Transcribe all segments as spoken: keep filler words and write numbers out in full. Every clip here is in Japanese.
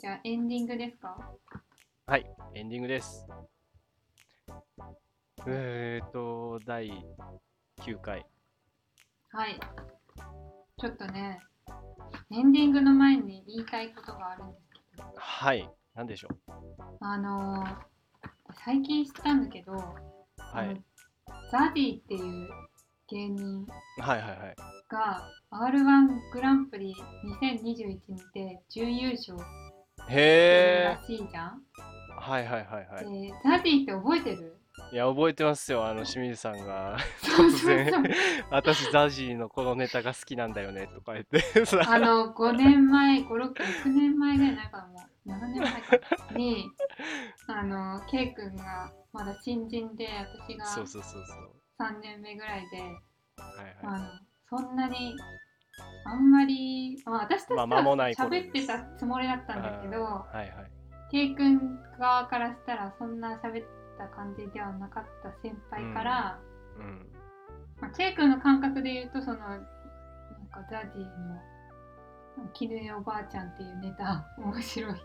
じゃあエンディングですか？ はい、エンディングです。えーと、だいきゅうかい。 はい。ちょっとね、エンディングの前に言いたいことがあるんですけど、 はい、なんでしょう。 あのー最近知ったんだけど、あの、 はい、 ザディっていう芸人はいはいはい。 が アールワン グランプリにせんにじゅういちで準優勝してるらへしいじゃん。 ー、はいはいはいはい。 で、ザディって覚えてる？ いや、覚えてますよ。あの、清水さんがそう突然、 そうそう。 私、ザジーのこのネタが好きなんだよね、とか言ってさ、 あの、ごねんまえ、ご、ろく、ろくねんまえぐらいになるからもう、ななねんまえか。に、あの、ケイ君がまだ新人で、私がそうそうそうそう。 さんねんめぐらいで、 はいはい。 あの、そんなに、あんまり、まあ、私とまあ、 しては間もない頃喋ってたです。 つもりだったあんだけど、 ーはいはい。 ケイ君側からしたらそんな喋った感じではなかった先輩かうん、 ら、 うん。 まあ、ケイ君の感覚で言うと、その、なんかザジーの絹江おばあちゃんっていうネタ面白いって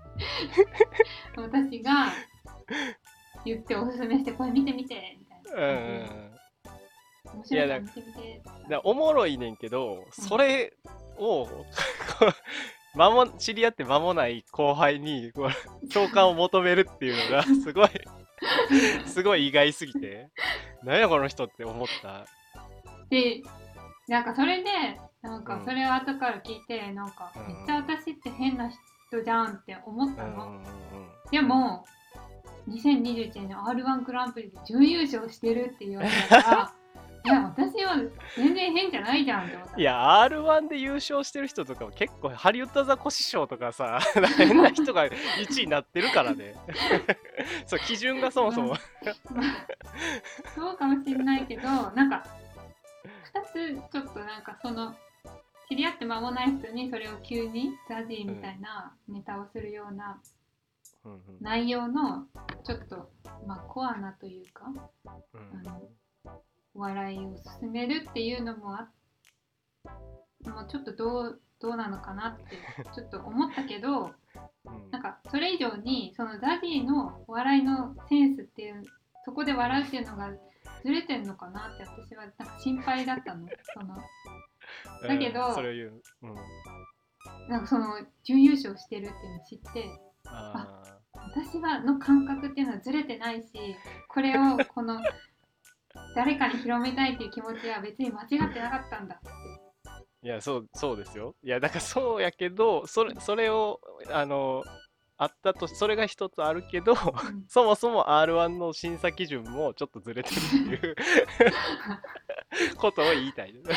私が言っておすすめして、これ見てみてみたいうんうんうな感じで、 ん。 面いや、だ、 白いから見てみてって言っただおもろいねんけど、 うん、 それを、間も、知り合って間もない後輩にこう共感を求めるっていうのがすごいすごい意外すぎて、なんやこの人って思った。 で、なんかそれで、なんうん。 かそれを後から聞いて、なんかうんうめっちゃん私って変な人じゃんって思っうんうたの。 んうんうん。 でも、にせんにじゅういちねんの アールワン グランプリで準優勝してるっていうわけだから、いや、私は全然変じゃないじゃんって思ったの。 いや、アールワン で優勝してる人とかも結構、ハリウッドザコシショウとかさ、変な人がいちいになってるからね。そう、基準がそもまあ、 そも。 まあ、そうかもしれないけど、なんかふたつちょっとなんかその知り合って間もない人にそれを急にザジーみたうん。 いなネタをするようなうんうん内容のちょっと、まあ、コアなというか、 うんあのお笑いを進めるっていうのもあもうちょっとどうどうなのかなってちょっと思ったけど、 うん。 なんかそれ以上にそのザジーのお笑いのセンスっていう、そこで笑うっていうのがずれてんのかなって私はなんか心配だったの。そのだけうん、そど、 れを言う。うん。 なんかその準優勝してるっていうのを知って、あ、 あ私はの感覚っていうのはずれてないし、これをこの誰かに広めたいっていう気持ちは別に間違ってなかったんだって。 あ。いや、そう、そうですよ。いや、だからそうやけど、それ、それを、あの、あったと、それが一つあるけど、 うん、 そもそも アールワン の審査基準もちょっとずれてるっていうことを言いたいです。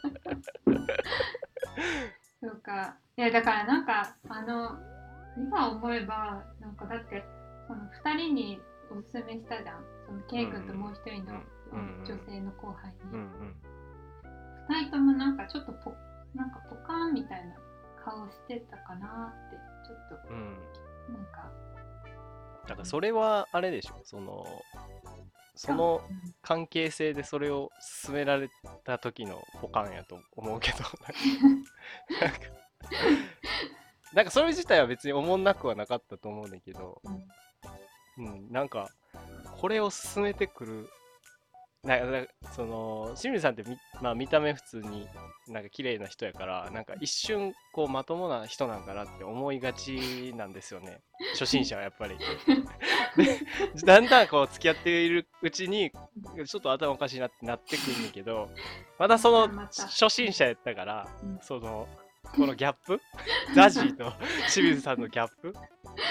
そうか。いやだからなんかあの今思えばなんかだってそのふたりにおすすめしたじゃん。そのうん K 君ともう一人のうんうん女性の後輩に。 うんうんふたりともなんかちょっとポなんかポカーンみたいな顔してたかなってちょっうんうん。 となんか、 だからうん、 それはあれでしょ。その、そか、 のうん、 関係性でそれを進められた時のポカンやと思うけど、なんか、なんかそれ自体は別に思んなくはなかったと思うんだけど、 うん、 うん、なんか、これを進めてくる、ななその、清水さんってみ、まあ、見た目普通になんか綺麗な人やから、なんか一瞬こうまともな人なんかなって思いがちなんですよね。初心者はやっぱり。で、だんだんこう付き合っているうちに、ちょっと頭おかしいなってなってくんねんけど、まだまそのたまた、 初心者やったから、 うん、 その、このギャップザジーと清水さんのギャップ。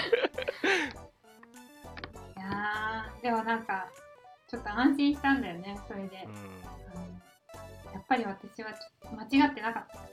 いやーでもなんかちょっと安心したんだよね、それで。 うん。 あのやっぱり私は間違ってなかったって、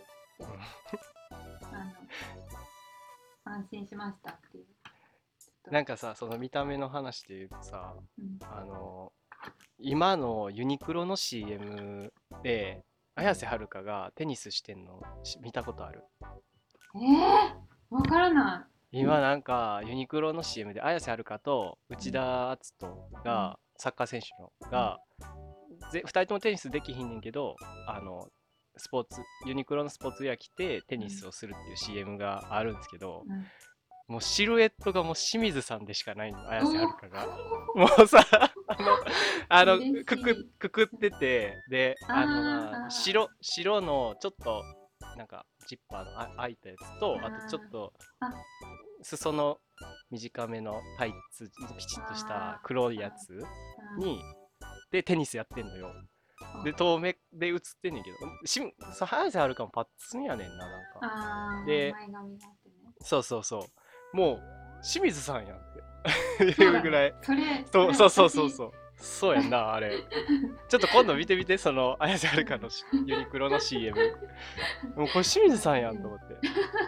あの安心しましたっていう。ちょっと、 なんかさ、その見た目の話で言うとさ、 うん、 あの、今のユニクロの シーエム で、綾瀬はるかがテニスしてんのし見たことある？ えー、わからな今なんかユニクロの シーエム で綾瀬はるかとい。う内ん、 田篤人うん、 が、サッカー選手のうん、 が、ぜふたりともテニスできひんねんけど、あの、スポーツ、ユニクロのスポーツウェア着てテうん、 ニスをするっていう シーエム があるんですけど、 うん。 もうシルエットがもう清水さんでしかないの、綾瀬はるかが。 おもうさ、あの、あの、 嬉しいくく、くくってて、で、 ああの、まあ、 ー白、白のちょっと、なんか、ジッパーのあ開いたやつと、あとちょっと、 あ裾の短めのタイツ、ピチッとした黒いやつあに、で、テニスやってんのよ。で、遠目で映ってんねんけど、しそう綾瀬はるかもパッツンやねんな、なんか。 あーで、 前髪があってね。 そうそうそう。もう、清水さんやんってそうだね。 いうぐらい。 それ、それそうそうそうそう私、 そう。そうやんな、あれ。ちょっと今度見てみて、その、綾瀬はるかのしユニクロの シーエム。もうこれ清水さんやんと思って。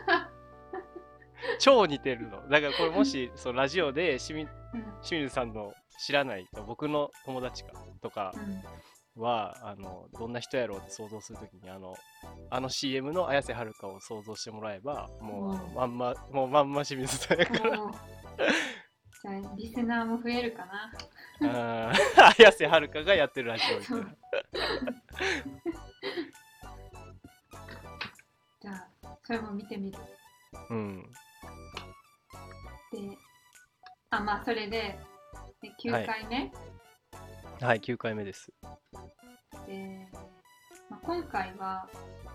超似てるの。だからこれもし、そのラジオで清水うん清水さんの知らない人、僕の友達かとかうんは、あの、どんな人やろうって想像するときに、あの、あの シーエム の綾瀬はるかを想像してもらえば、もう、あのうんまんま、もうまんま清水さんやから。 もうじゃあリスナーも増えるかな。 あー綾瀬はるかがやってるラジオみたいな。 じゃあそれも見てみる。 うん。 で、あまあそれで、できゅうかいめ、 はい、きゅうかいめです。 で、まあ、今回は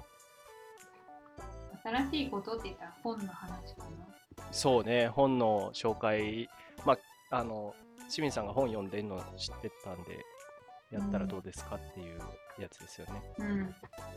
新しいことって言ったら本の話かな。 そうね、本の紹介、まあ、あの、清水さんが本読んでるの知ってたんで、やったらどうですかっていうやつですよね。 うん。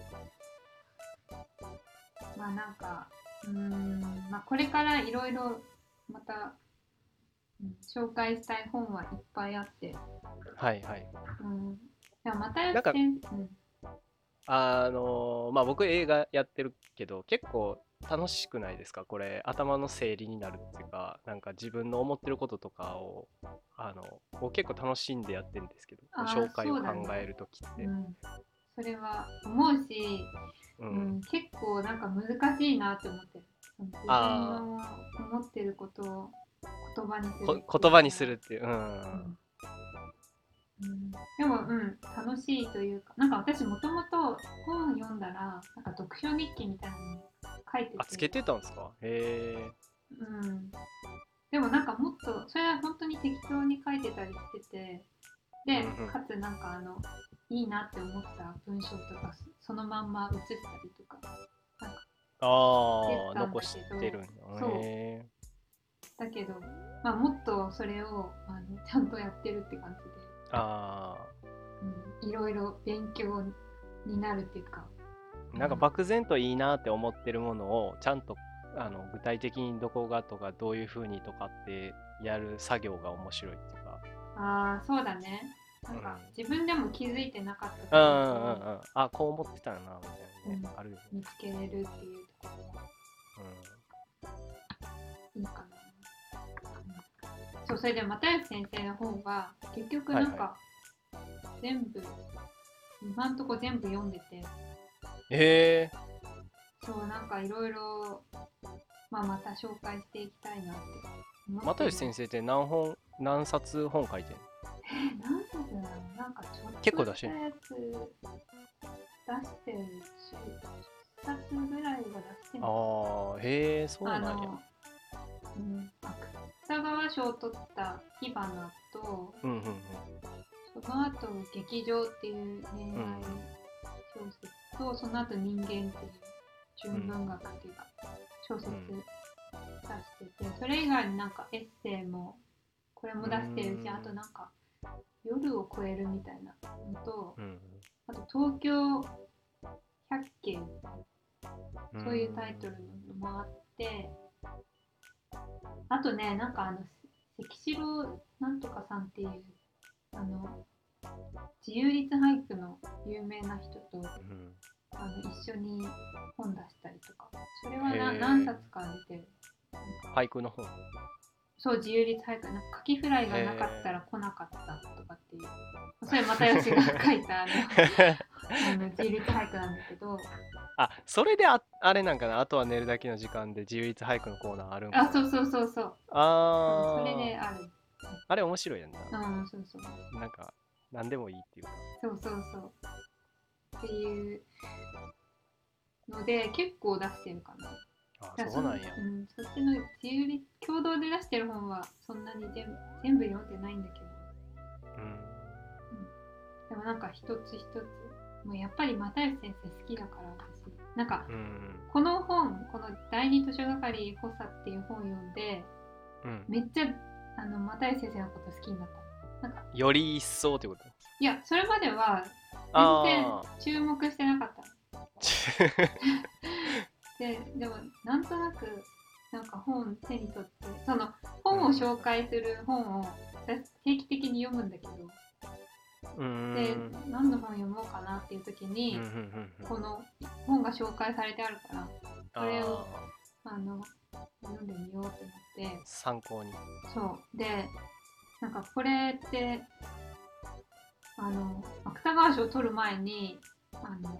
まあなんか、うーん、まあこれからいろいろまた、うん、紹介したい本はいっぱいあって、 はいはい。 うん。でも又なんか、 吉先生、うんあのまあ僕映画やってるけど、結構楽しくないですかこれ、頭の整理になるっていうか、なんか自分の思ってることとかを、あの、こう結構楽しんでやってるんですけど、こうああ、 紹介を考そうだね。 えるときって。 うん。それは思うし、 ううん、 ん。 結構なんか難しいなって思ってる。自分あの思ってることを言葉にすあ、 るこっていうの言葉にするっは、 ていう。うん。 うんうん、でも、うん、楽しいというか、なんか私もともと本読んだら、なんか読書日記みたいなの書いてあ、つけて、 てたんですかへえ。 うん、でもなんかもっと、それは本当に適当に書いてたりしてて、で、 うんうん。 かつなんかあの、いいなって思った文章とか、そのまんま写したりとか、なんかしてああ、 たんだ残しけど、 てるんや。 そう、 へえ。 だけど、まあ、もっとそれをあのちゃんとやってるって感じあで、うん、いろいろ勉強になるっていうか、 あ、なんか漠然といいなって思ってるものを、ちゃんと、あの、具体的にどこがとか、どういう風にとかってやる作業が面白いっていうか。 ああそうだね、なんかうん。 自分でも気づいてなかったとこうんうんうんうろん。あ、こう思ってたよな、みたいなね。 を、 あるよね。 うん、見つけれるっていうところがいいかな、うん、そう、それで又吉先生の本は結局うん。はいはい。 なんか全部、今んとこ全部読んでて、 ええそうなんかいろいろ、まあ、また紹介していきたいなって思ー、又ってる。 吉先生って何本、何冊本書いてんのえー、何冊だろう、なんかちょっ結構出してんのとしたやつ出してるし、いっさつぐらいは出してるのああ、へえ、そうかな。 なんや。 あの、うん、芥川賞を取った火花と、 うんうんうん。 その後劇場っていう恋愛うん小説と、その後人間っていう純文学っていうか小説うん出してて、それ以外になんかエッセイもこれも出してるし、あとなんか夜を超えるみたいなのと、 うんあと東京百景、 うん。 そういうタイトルのもあって、あとね、なんかあの関城なんとかさんっていうあの自由律俳句の有名な人とうん。 あの一緒に本出したりとか、それはなへえ。 何冊か出てる。 俳句の本。 そう、自由律俳句、なんかカキフライがなかったら来なかったとかっていう、それ又吉が書いたあのあの自由律俳句なんだけど、 あ、それであ、あれなんかな。あとは寝るだけの時間で自由律俳句のコーナーあるんかあ、 な。 そうそうそうそう、うん、それあー、 である。 あれ面白いやんな。 うん、そうそう。 なんか、なんでもいいっていうか。 そうそうそう。っていうので、結構出してるかな。 あ、 だその、 そうなんや。 うん、そっちの自由律、 共同で出してる本はそんなに全部全部読んでないんだけど、 うん、 でもなんか一つ一つもうやっぱり又吉先生好きだから私なんか、 うん、 この本この第二図書係補佐っていう本を読んで、 うん、 めっちゃあの又吉先生のこと好きになった。なんかより一層ってこと？ いやそれまでは全然注目してなかったででもなんとなくなんか本手に取ってその本を紹介する本を定期的に読むんだけど、 うーんで何の本読もうかなっていう時に、 うんうんうんうん、 この本が紹介されてあるからそれをあの読んでみようって思って参考に。 そうでなんかこれってあの芥川賞を取る前にあの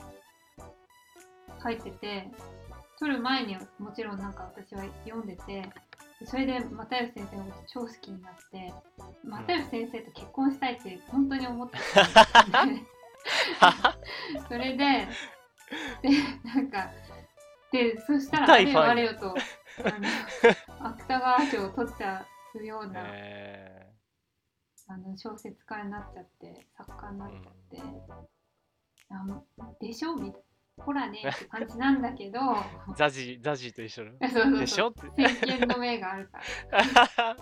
書いてて取る前にもちろんなんか私は読んでてそれで又吉先生のこと超好きになって又吉先生と結婚したいって本当に思ってたんでそれででなんかでそしたらあれよあれよとあの芥川賞を取っちゃうような、えー、あの小説家になっちゃって作家になっちゃって、うん、あでしょみたいなほらねって感じなんだけどザジザジと一緒のそうそうそうでしょって先見の目があるから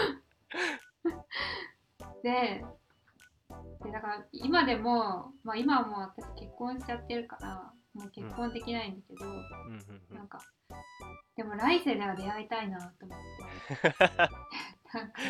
ででだから今でも、まあ、今はもう私結婚しちゃってるからもう結婚できないんだけど、うん、なんかでも来世では出会いたいなと思ってなんか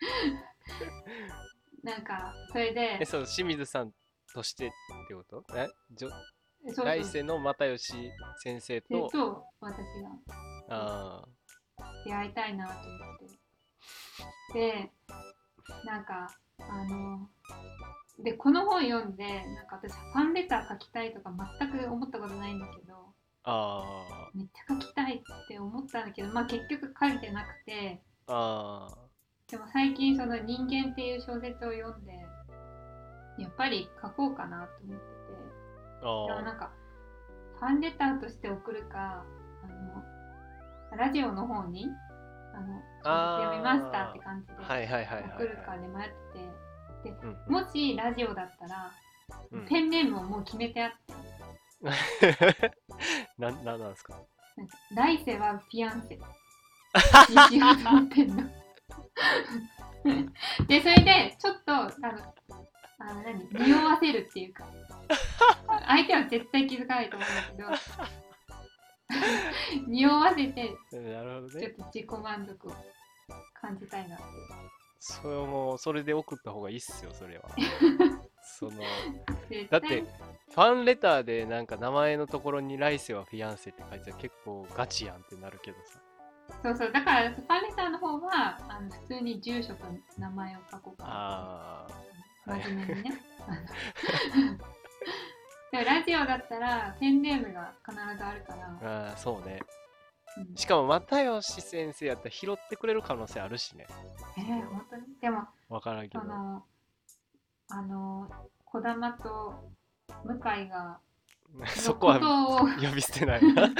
なんかそれでえそう清水さんとしてってことえじょそうそう来世の又吉先生とと私があ出会いたいなと思ってでなんかあのでこの本読んでなんか私ファンレター書きたいとか全く思ったことないんだけどあめっちゃ書きたいって思ったんだけどまあ結局書いてなくてあでも最近その人間っていう小説を読んでやっぱり書こうかなと思っててでもなんかファンレターとして送るかあのラジオの方にあの小説読みましたって感じで送るかで迷っててで、うん、もしラジオだったら、うん、ペンネームをもう決めてあってな、なんなんですか来世はフィアンセにしようと思ってんのでそれでちょっとあのあの何匂わせるっていうか相手は絶対気づかないと思うんだけど匂わせてなるほど、ね、 ちょっと自己満足を感じたいなってそれもそれで送った方がいいっすよそれはそのだってファンレターでなんか名前のところに来世はフィアンセって書いてたら結構ガチやんってなるけどさそうそうだからファンレターの方はあの普通に住所と名前を書こうかなあ真面目にねでもラジオだったらペンネームが必ずあるからあそうね、うん、しかも又吉先生やったら拾ってくれる可能性あるしねえー、本当にでも分からんけどあのあの児玉と向井がそこは呼び捨てないな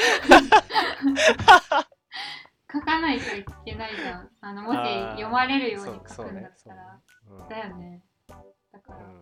書かないといけないじゃんあのもし読まれるように書くんだったら、ねうん、だよねだから、うん、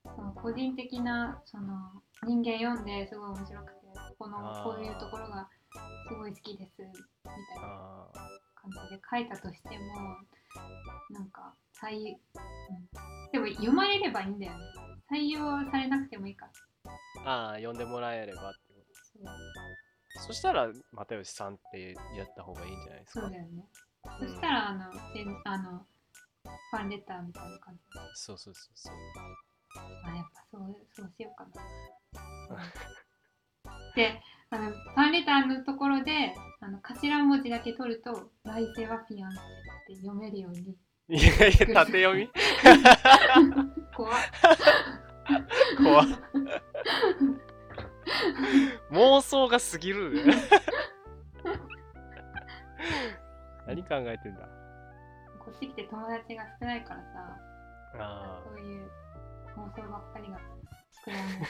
その個人的なその人間読んですごい面白くてこのこういうところがすごい好きですみたいな感じで書いたとしてもなんか採、うん、でも読まれればいいんだよね採用されなくてもいいからああ読んでもらえればってことそしたら又吉さんってやった方がいいんじゃないですかそうだよね、うん、そしたらあのあのファンレターみたいな感じそうそうそうそうあやっぱそうそうしようかなであのファンレターのところであの頭文字だけ取ると来世はフィアンセって読めるようにいやいや縦読み怖っ怖っ妄想が過ぎるね何考えてんだこっち来て友達が少ないからさあそういう妄想ばっかりが膨らむ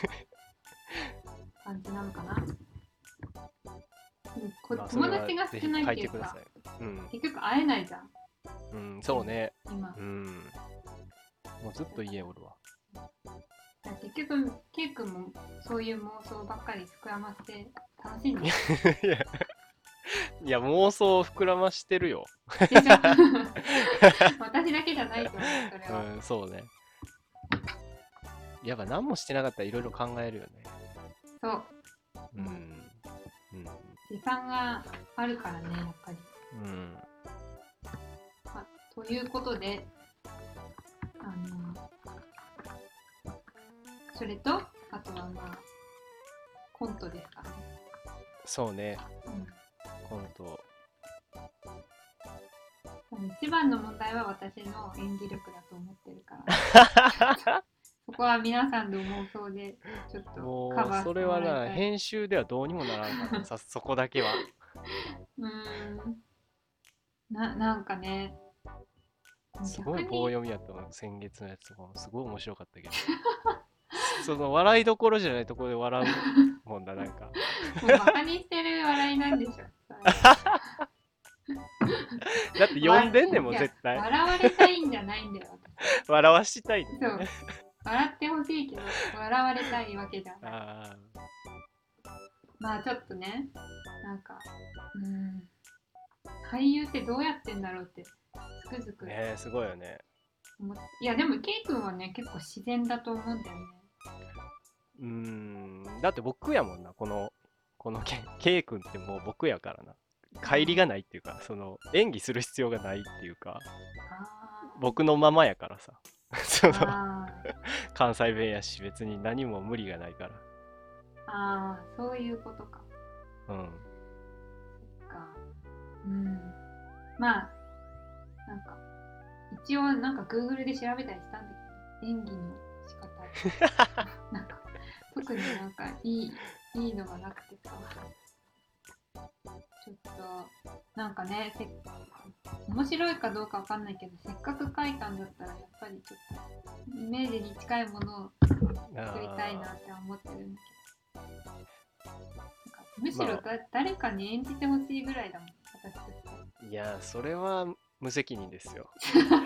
感じなのかなこ、まあ、友達が少ないっていうかうん結局会えないじゃんうんそうね今。 うんもうずっと家おるわだから結局ケイ君もそういう妄想ばっかり膨らませて楽しんでるいやいや妄想を膨らましてるよでしょ私だけじゃないと思うそれは、 うんそうねやっぱ何もしてなかったらいろいろ考えるよねそううんうん時間があるからねやっぱり、 うんまあ、ということであのそれとあとはまあコントですかね、 そうねうんコント一番の問題は私の演技力だと思ってるからそこは皆さんの妄想でちょっともカバーしてうそれはもらいたい。 な編集ではどうにもならんからさそこだけはうーんななんかねすごい逆に棒読みやったの先月のやつとかもすごい面白かったけどその笑いどころじゃないところで笑うもんだなんかもうバカにしてる笑いなんでしょそれだって呼んでんねんもんいや絶対笑われたいんじゃないんだよ私笑わしたいんだそうよね笑ってほしいけど笑われたいわけじゃない。 あまあちょっとねなんかうん俳優ってどうやってんだろうってつくづくあねえすごいよね思っていやでもケイ君はね結構自然だと思うんだよね。 うーんだって僕やもんなこのこのケケイ君ってもう僕やからな乖離がないっていうかその演技する必要がないっていうかあ僕のままやからさそのあ関西弁やし別に何も無理がないからあーそういうことか。 うんかうんまあなんか一応なんか Google で調べたりしたんだけど演技の仕方なんか特になんかいいいいのがなくてさちょっとなんかねせ面白いかどうかわかんないけどせっかく書いたんだったらやっぱりちょっとイメージに近いものを作りたいなって思ってるんだけどなんかむしろだ、誰かに演じてほしいぐらいだもん私としていやそれは無責任ですよ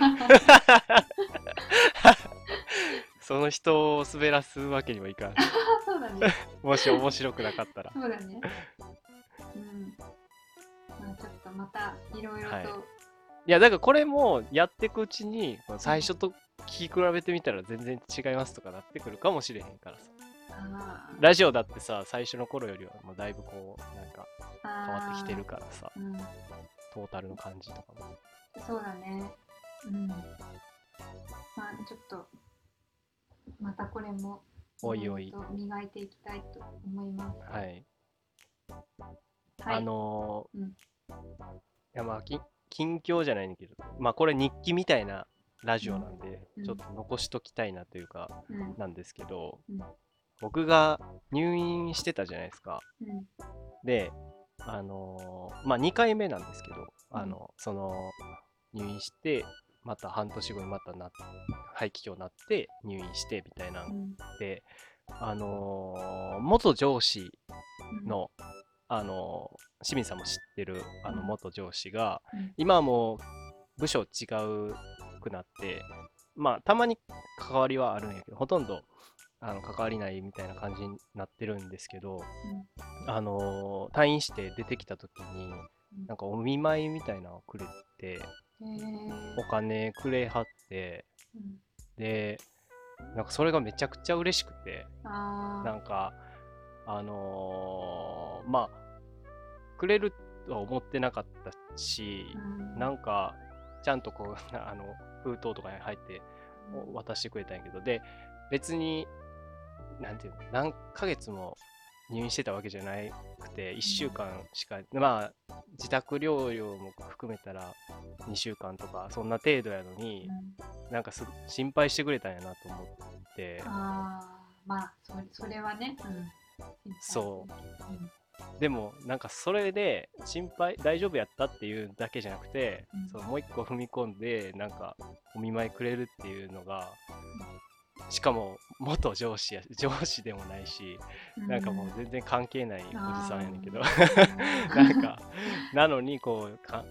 その人を滑らすわけにはいかんそうだねもし面白くなかったらそうだねうんまあちょっとまたいろいろと、 はいいやだからこれもやっていくうちに最初と聞き比べてみたら全然違いますとかなってくるかもしれへんからさあーラジオだってさ最初の頃よりはもうだいぶこうなんかあー変わってきてるからさうんトータルの感じとかもそうだね。うん。まあちょっとまたこれもおいおいろろと磨いていきたいと思います。 はい、 はい。 あのーうんいやまあき近況じゃないんだけどまあこれ日記みたいなラジオなんで、 うんちょっと残しときたいなというかうんなんですけど、 うん僕が入院してたじゃないですかうんであのーまあにかいめなんですけど、あのその入院してまた半年後にまたな肺気胸になって入院してみたいなうんんで、あのー元上司うんの、あのー清水さんも知ってるあのうん元上司が、 うん今はもう部署違うくなってまあたまに関わりはあるんやけどほとんどあの関わりないみたいな感じになってるんですけど、あのー退院して出てきた時にうんなんかお見舞いみたいなのをくれてへーお金くれはってうんでなんかそれがめちゃくちゃ嬉しくてあなんかあのーまあくれるとは思ってなかったしーうんなんかちゃんとこうあの封筒とかに入ってうん渡してくれたんやけどで別になんていうの何ヶ月も入院してたわけじゃなくていっしゅうかんしかまあ自宅療養も含めたらにしゅうかんとかそんな程度やのにうんなんかす心配してくれたんやなと思ってあーまあそれそれはね、うん、 そううんでもなんかそれで心配大丈夫やったっていうだけじゃなくて、 うんそのもう一個踏み込んでなんかお見舞いくれるっていうのがしかも元上司や上司でもないしなんかもう全然関係ないおじさんやねんけどあーなんかなのにこうか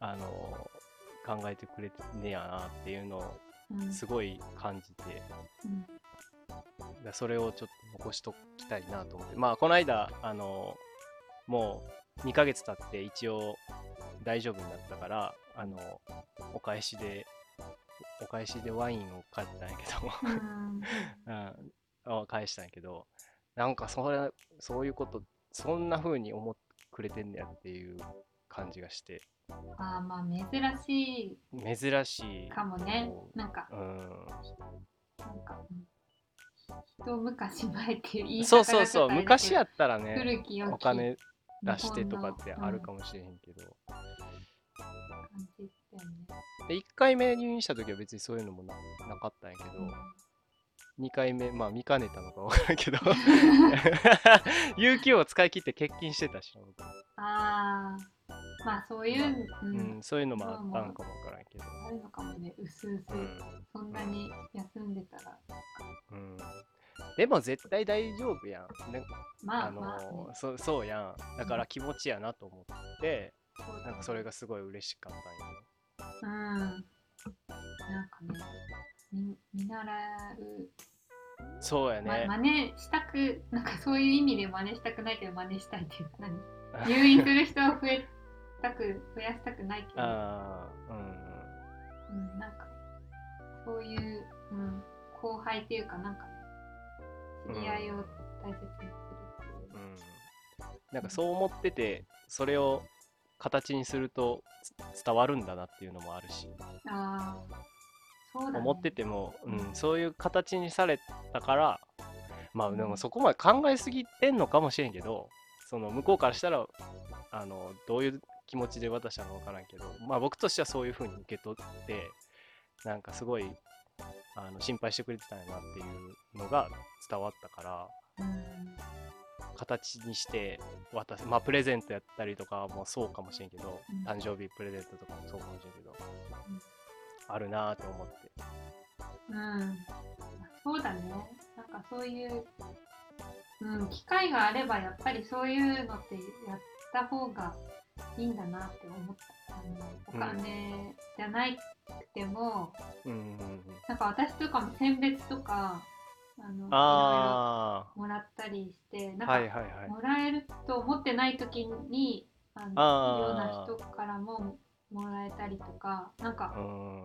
あの考えてくれてんねやなっていうのをうんすごい感じて、 うんだそれをちょっと残しときたいなと思って、まあこの間あのもうにかげつ経って一応大丈夫になったから、あのお返しでお返しでワインを買ったんやけうんど、うん、返したんやけど、なんかそれそういうことそんな風に思ってくれてんねやっていう感じがして、 あーまあ珍し珍しいいかもね。 こなんかう、うん、 なんか、うん一昔前っていう言いそう方がちょっそうそう、 とあれだけど、 昔やったらね、 古き良きお金出日してとか本の、 ってあるうんかもしれへんけど、 感じだよね。 でいっかいめ入院した時は別にそういうのもな、なかったんやけど、 うんにかいめ、まあ見かねたのか分からんけど有給を使い切って欠勤してたしな、僕。 ああ、まあそういう、ううんん、そういうのもあどうもったんかも分からんけど、 あるのかもね、うすうす、 うん、 そんなに休んでたら、 うん、でも絶対大丈夫やん、ね、 まああまあね、 のーそそうやん、だから気持ちやなと思ってそうだねなんかそれがすごい嬉しかったんよ。 うん、なんかね、見見習う、ま、 そうやね。 真似したく、なんかそういう意味で真似したくないけど真似したいっていうか、何入院する人を増えたく、増やしたくないけど、 ああ、 うん、なんかそういう、うん、後輩っていうかなんか知り合いを大切にするっていう、 うん、うん、なんかそう思っててそれを形にするとつ伝わるんだなっていうのもあるし、 ああそうだね、 思ってても、ううんん、そういう形にされたから、まあうんでもそこまで考えすぎてんのかもしれんけど、その向こうからしたらあのどういう気持ちで渡したのか分からんけど、まあ僕としてはそういう風に受け取って、なんかすごいあの心配してくれてたんやなっていうのが伝わったから、 うん形にして渡す、まあプレゼントやったりとかもそうかもしれんけど、 うん誕生日プレゼントとかもそうかもしれんけど、 うんあるなーって思って。 うんそうだね、なんかそういう、うん、機会があればやっぱりそういうのってやった方がいいんだなって思った。あのお金じゃなくても、 うんうんうん、 なんか私とかも選別とかあのいろいろあもらったりして、なあ、 んかはいはいはい。 もらえると思ってない時にあのあーような人からももらえたりとか、なんか、 うん、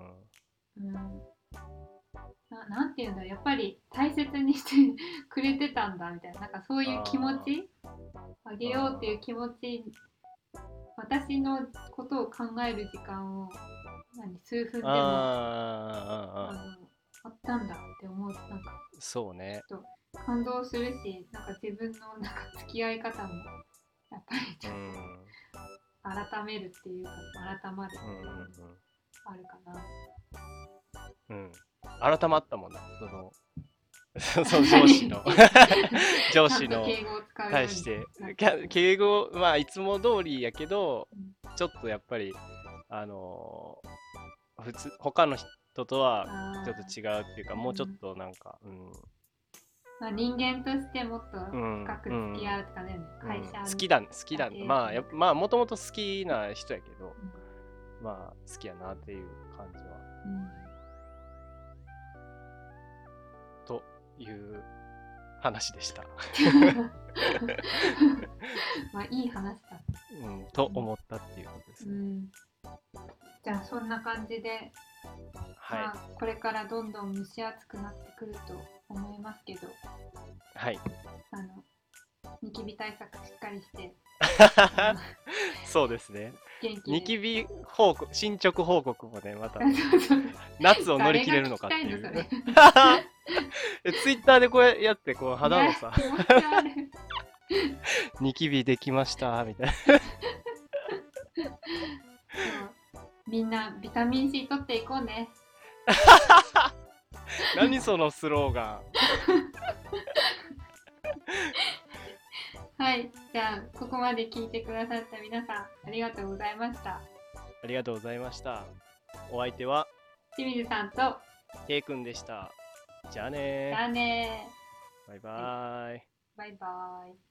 うん、ななんていうんだろう、やっぱり大切にしてくれてたんだみたいな、なんかそういう気持ち、あげようっていう気持ち、私のことを考える時間を何数分でもああーあーあーあーのあったんだって思うと、なんかそうね。 ちょっと感動するし、なんか自分のなんか付き合い方もやっぱりちょっうんと改めるっていうか、改まるっていうのもうんうんあるかな。 うんうん改まったもんな、そのその上司の上司のちゃんと敬語を使うように対してなってきゃ敬語まあいつも通りやけど、 うんちょっとやっぱりあのー普通他の人とはあちょっとー違うっていうか、もうちょっとなんか、うんまあ、人間としてもっとうん深く付き合うとかね、 うん会社に好きだ好きだだけまあやっぱまあもともと好きな人やけど、 うんまあ好きやなっていう感じはうんという話でした、 まあいい話だ。 うん、と思ったっていうことですね、 うん、じゃあそんな感じで、 はい、 まあ、これからどんどん蒸し暑くなってくると思いますけど、 はいあのニキビ対策しっかりしてそうですね。 元気ニキビ報告進捗報告もねまたそうそう夏を乗り切れるのかっていう誰が聞きたいのそれツイッターでこうやってこう肌のさね気持ち悪いニキビできましたみたいなそうみんなビタミン C 取っていこうね。 何そのスローガンはい、じゃあここまで聞いてくださった皆さんありがとうございました。 ありがとうございました。お相手は清水さんと、 ケイくんでした。じゃあねじゃあねー。バイバーイ。 バイバイ。